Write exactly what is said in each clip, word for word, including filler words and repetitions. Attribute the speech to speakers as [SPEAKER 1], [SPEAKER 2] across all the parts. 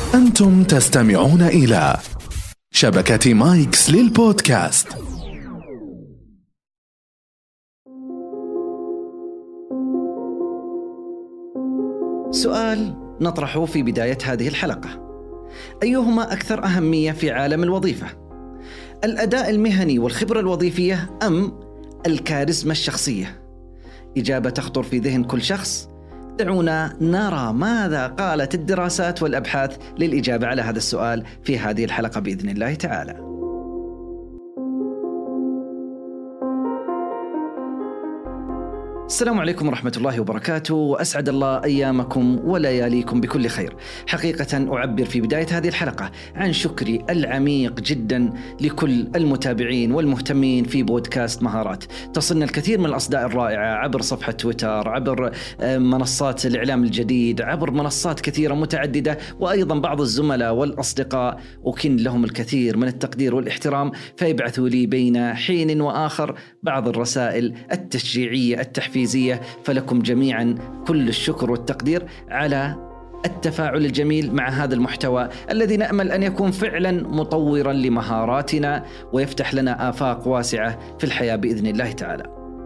[SPEAKER 1] أنتم تستمعون إلى شبكة مايكس للبودكاست.
[SPEAKER 2] سؤال نطرحه في بداية هذه الحلقة: أيهما أكثر أهمية في عالم الوظيفة؟ الأداء المهني والخبرة الوظيفية أم الكاريزما الشخصية؟ إجابة تخطر في ذهن كل شخص. دعونا نرى ماذا قالت الدراسات والأبحاث للإجابة على هذا السؤال في هذه الحلقة بإذن الله تعالى. السلام عليكم ورحمة الله وبركاته، وأسعد الله أيامكم ولياليكم بكل خير. حقيقة أعبر في بداية هذه الحلقة عن شكري العميق جدا لكل المتابعين والمهتمين في بودكاست مهارات. تصلنا الكثير من الأصداء الرائعة عبر صفحة تويتر، عبر منصات الإعلام الجديد، عبر منصات كثيرة متعددة، وأيضا بعض الزملاء والأصدقاء أكن لهم الكثير من التقدير والاحترام، فيبعثوا لي بين حين وآخر بعض الرسائل التشجيعية التحفيزية. فلكم جميعا كل الشكر والتقدير على التفاعل الجميل مع هذا المحتوى الذي نأمل أن يكون فعلا مطورا لمهاراتنا ويفتح لنا آفاق واسعة في الحياة بإذن الله تعالى.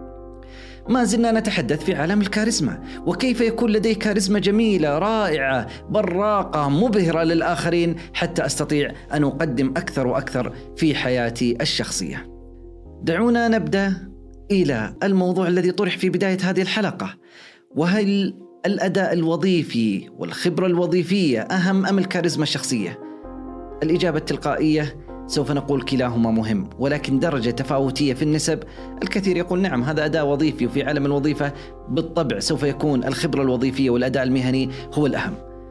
[SPEAKER 2] ما زلنا نتحدث في عالم الكاريزما، وكيف يكون لدي كاريزما جميلة رائعة براقة مبهرة للآخرين حتى أستطيع أن أقدم أكثر وأكثر في حياتي الشخصية. دعونا نبدأ إلى الموضوع الذي طرح في بداية هذه الحلقة: وهل الأداء الوظيفي والخبرة الوظيفية أهم أم الكاريزما الشخصية؟ الإجابة التلقائية سوف نقول كلاهما مهم، ولكن درجة تفاوتية في النسب. الكثير يقول نعم هذا أداء وظيفي، وفي عالم الوظيفة بالطبع سوف يكون الخبرة الوظيفية والأداء المهني هو الأهم.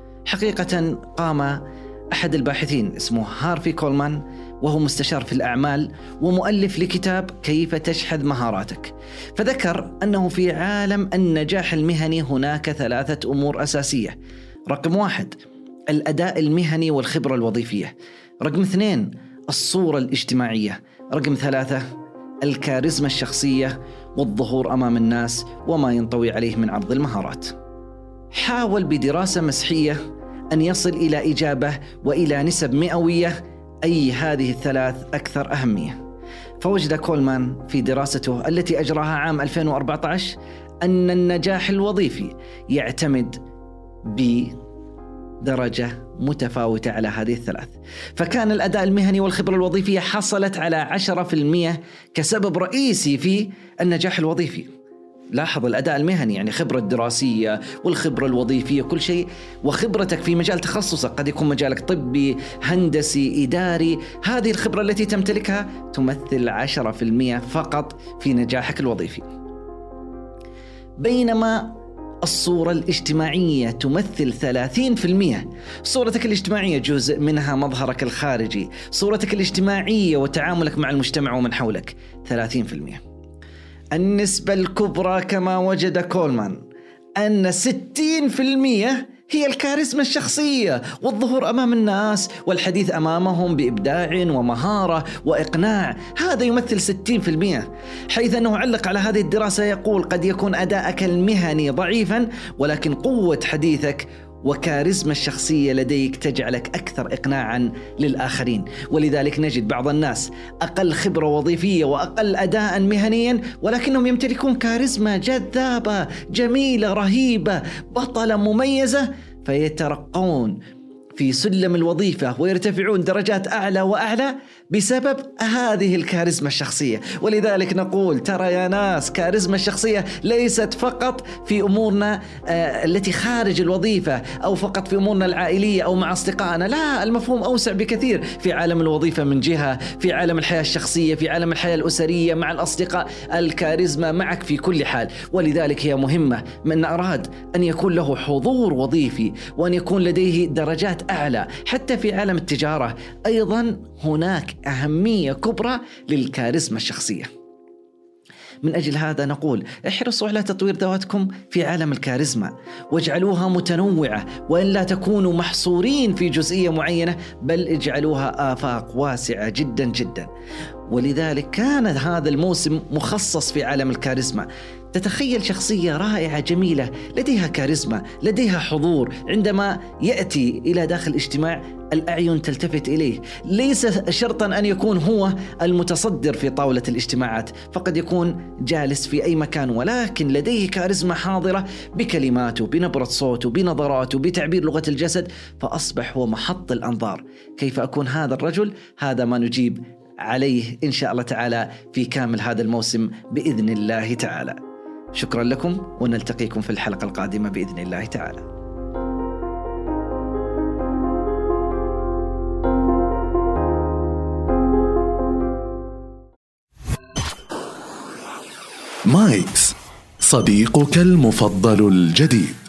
[SPEAKER 2] حقيقة قام أحد الباحثين اسمه هارفي كولمان، وهو مستشار في الأعمال ومؤلف لكتاب كيف تشحذ مهاراتك، فذكر أنه في عالم النجاح المهني هناك ثلاثة أمور أساسية. رقم واحد الأداء المهني والخبرة الوظيفية. رقم اثنين الصورة الاجتماعية. رقم ثلاثة الكاريزما الشخصية والظهور أمام الناس وما ينطوي عليه من عرض المهارات. حاول بدراسة مسحية أن يصل إلى إجابة وإلى نسب مئوية أي هذه الثلاث أكثر أهمية. فوجد كولمان في دراسته التي أجراها عام ألفين وأربعة عشر أن النجاح الوظيفي يعتمد بدرجة متفاوتة على هذه الثلاث. فكان الأداء المهني والخبرة الوظيفية حصلت على عشرة بالمئة كسبب رئيسي في النجاح الوظيفي. لاحظ الأداء المهني يعني خبرة دراسية والخبرة الوظيفية كل شيء، وخبرتك في مجال تخصصك قد يكون مجالك طبي، هندسي، إداري. هذه الخبرة التي تمتلكها تمثل عشرة بالمئة فقط في نجاحك الوظيفي، بينما الصورة الاجتماعية تمثل ثلاثين بالمئة. صورتك الاجتماعية جزء منها مظهرك الخارجي، صورتك الاجتماعية وتعاملك مع المجتمع ومن حولك ثلاثين بالمئة. النسبة الكبرى كما وجد كولمان أن ستين بالمئة هي الكاريزما الشخصية والظهور أمام الناس والحديث أمامهم بإبداع ومهارة وإقناع. هذا يمثل ستين بالمئة، حيث أنه علق على هذه الدراسة يقول: قد يكون أداءك المهني ضعيفا، ولكن قوة حديثك وكاريزما الشخصية لديك تجعلك أكثر إقناعا للآخرين. ولذلك نجد بعض الناس أقل خبرة وظيفية وأقل أداء مهنيا، ولكنهم يمتلكون كاريزما جذابة جميلة رهيبة بطلة مميزة، فيترقون في سلم الوظيفة ويرتفعون درجات أعلى وأعلى بسبب هذه الكاريزما الشخصية. ولذلك نقول ترى يا ناس كاريزما الشخصية ليست فقط في أمورنا آه التي خارج الوظيفة أو فقط في أمورنا العائلية أو مع أصدقائنا، لا، المفهوم أوسع بكثير في عالم الوظيفة من جهة، في عالم الحياة الشخصية، في عالم الحياة الأسرية مع الأصدقاء. الكاريزما معك في كل حال، ولذلك هي مهمة. من أراد أن يكون له حضور وظيفي وأن يكون لديه درجات أعلى حتى في عالم التجارة، أيضا هناك أهمية كبرى للكاريزما الشخصية. من أجل هذا نقول احرصوا على تطوير ذواتكم في عالم الكاريزما، واجعلوها متنوعة، وإن لا تكونوا محصورين في جزئية معينة، بل اجعلوها آفاق واسعة جدا جدا. ولذلك كان هذا الموسم مخصص في عالم الكاريزما. تتخيل شخصية رائعة جميلة لديها كاريزما، لديها حضور، عندما يأتي إلى داخل الاجتماع الأعين تلتفت إليه. ليس شرطا أن يكون هو المتصدر في طاولة الاجتماعات، فقد يكون جالس في أي مكان، ولكن لديه كاريزما حاضرة بكلماته، بنبرة صوته، بنظراته، بتعبير لغة الجسد، فأصبح هو محط الأنظار. كيف أكون هذا الرجل؟ هذا ما نجيب عليه إن شاء الله تعالى في كامل هذا الموسم بإذن الله تعالى. شكرا لكم، ونلتقيكم في الحلقة القادمة بإذن الله تعالى.
[SPEAKER 1] مايكس، صديقك المفضل الجديد.